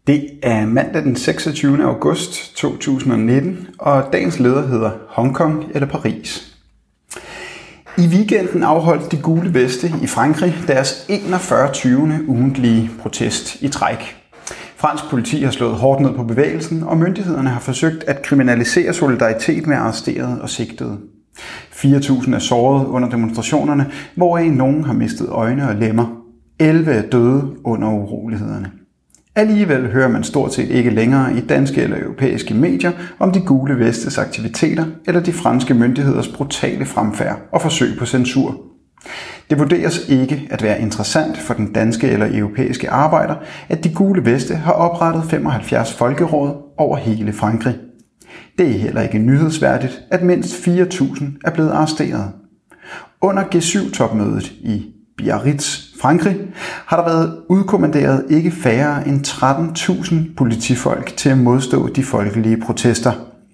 Det er mandag den 26. august 2019, og dagens leder hedder Hongkong eller Paris. I weekenden afholdt de gule veste i Frankrig deres 41. ugentlige protest i træk. Fransk politi har slået hårdt ned på bevægelsen, og myndighederne har forsøgt at kriminalisere solidaritet med arresterede og sigtede. 4.000 er såret under demonstrationerne, hvoraf nogen har mistet øjne og lemmer. 11 er døde under urolighederne. Alligevel hører man stort set ikke længere i danske eller europæiske medier om de gule vestes aktiviteter eller de franske myndigheders brutale fremfærd og forsøg på censur. Det vurderes ikke at være interessant for den danske eller europæiske arbejder, at de gule veste har oprettet 75 folkeråd over hele Frankrig. Det er heller ikke nyhedsværdigt, at mindst 4.000 er blevet arresteret. Under G7-topmødet i Biarritz, Frankrig, har der været udkommanderet ikke færre end 13.000 politifolk til at modstå de folkelige protester.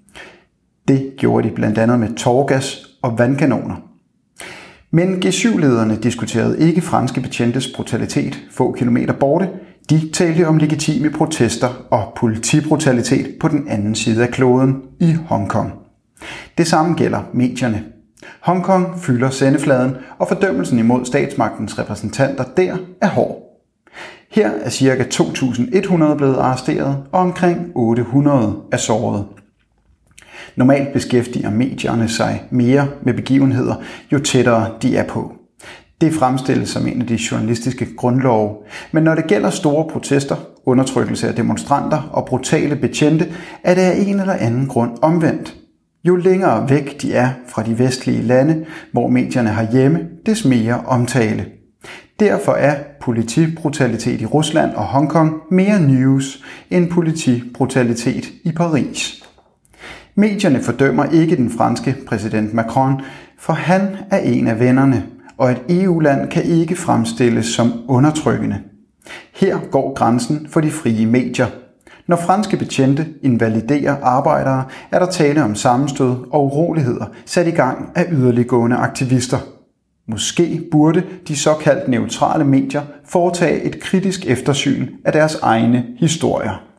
Det gjorde de blandt andet med tåregas og vandkanoner. Men G7-lederne diskuterede ikke franske betjentes brutalitet få kilometer borte. De talte om legitime protester og politibrutalitet på den anden side af kloden i Hongkong. Det samme gælder medierne. Hongkong fylder sendefladen, og fordømmelsen imod statsmagtens repræsentanter der er hård. Her er ca. 2.100 blevet arresteret, og omkring 800 er såret. Normalt beskæftiger medierne sig mere med begivenheder, jo tættere de er på. Det fremstilles som en af de journalistiske grundlove, men når det gælder store protester, undertrykkelse af demonstranter og brutale betjente, er det af en eller anden grund omvendt. Jo længere væk de er fra de vestlige lande, hvor medierne har hjemme, des mere omtale. Derfor er politibrutalitet i Rusland og Hongkong mere news end politibrutalitet i Paris. Medierne fordømmer ikke den franske præsident Macron, for han er en af vennerne, og et EU-land kan ikke fremstilles som undertrykkende. Her går grænsen for de frie medier. Når franske betjente invaliderer arbejdere, er der tale om sammenstød og uroligheder sat i gang af yderliggående aktivister. Måske burde de såkaldt neutrale medier foretage et kritisk eftersyn af deres egne historier.